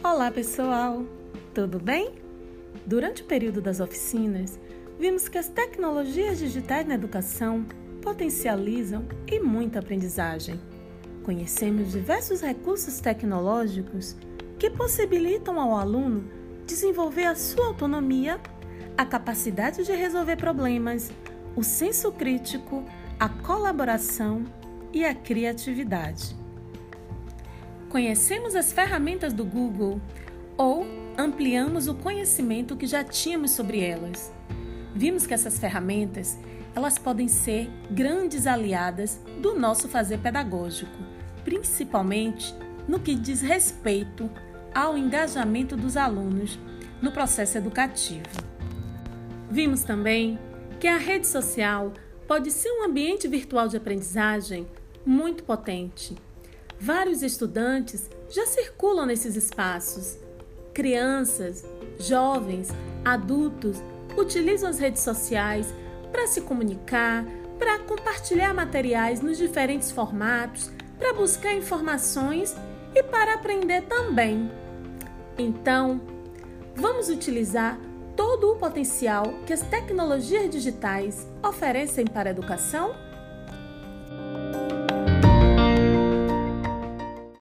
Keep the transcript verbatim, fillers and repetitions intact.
Olá, pessoal! Tudo bem? Durante o período das oficinas, vimos que as tecnologias digitais na educação potencializam e muita aprendizagem. Conhecemos diversos recursos tecnológicos que possibilitam ao aluno desenvolver a sua autonomia, a capacidade de resolver problemas, o senso crítico, a colaboração e a criatividade. Conhecemos as ferramentas do Google ou ampliamos o conhecimento que já tínhamos sobre elas. Vimos que essas ferramentas elas podem ser grandes aliadas do nosso fazer pedagógico, principalmente no que diz respeito ao engajamento dos alunos no processo educativo. Vimos também que a rede social pode ser um ambiente virtual de aprendizagem muito potente. Vários estudantes já circulam nesses espaços. Crianças, jovens, adultos utilizam as redes sociais para se comunicar, para compartilhar materiais nos diferentes formatos, para buscar informações e para aprender também. Então, vamos utilizar todo o potencial que as tecnologias digitais oferecem para a educação?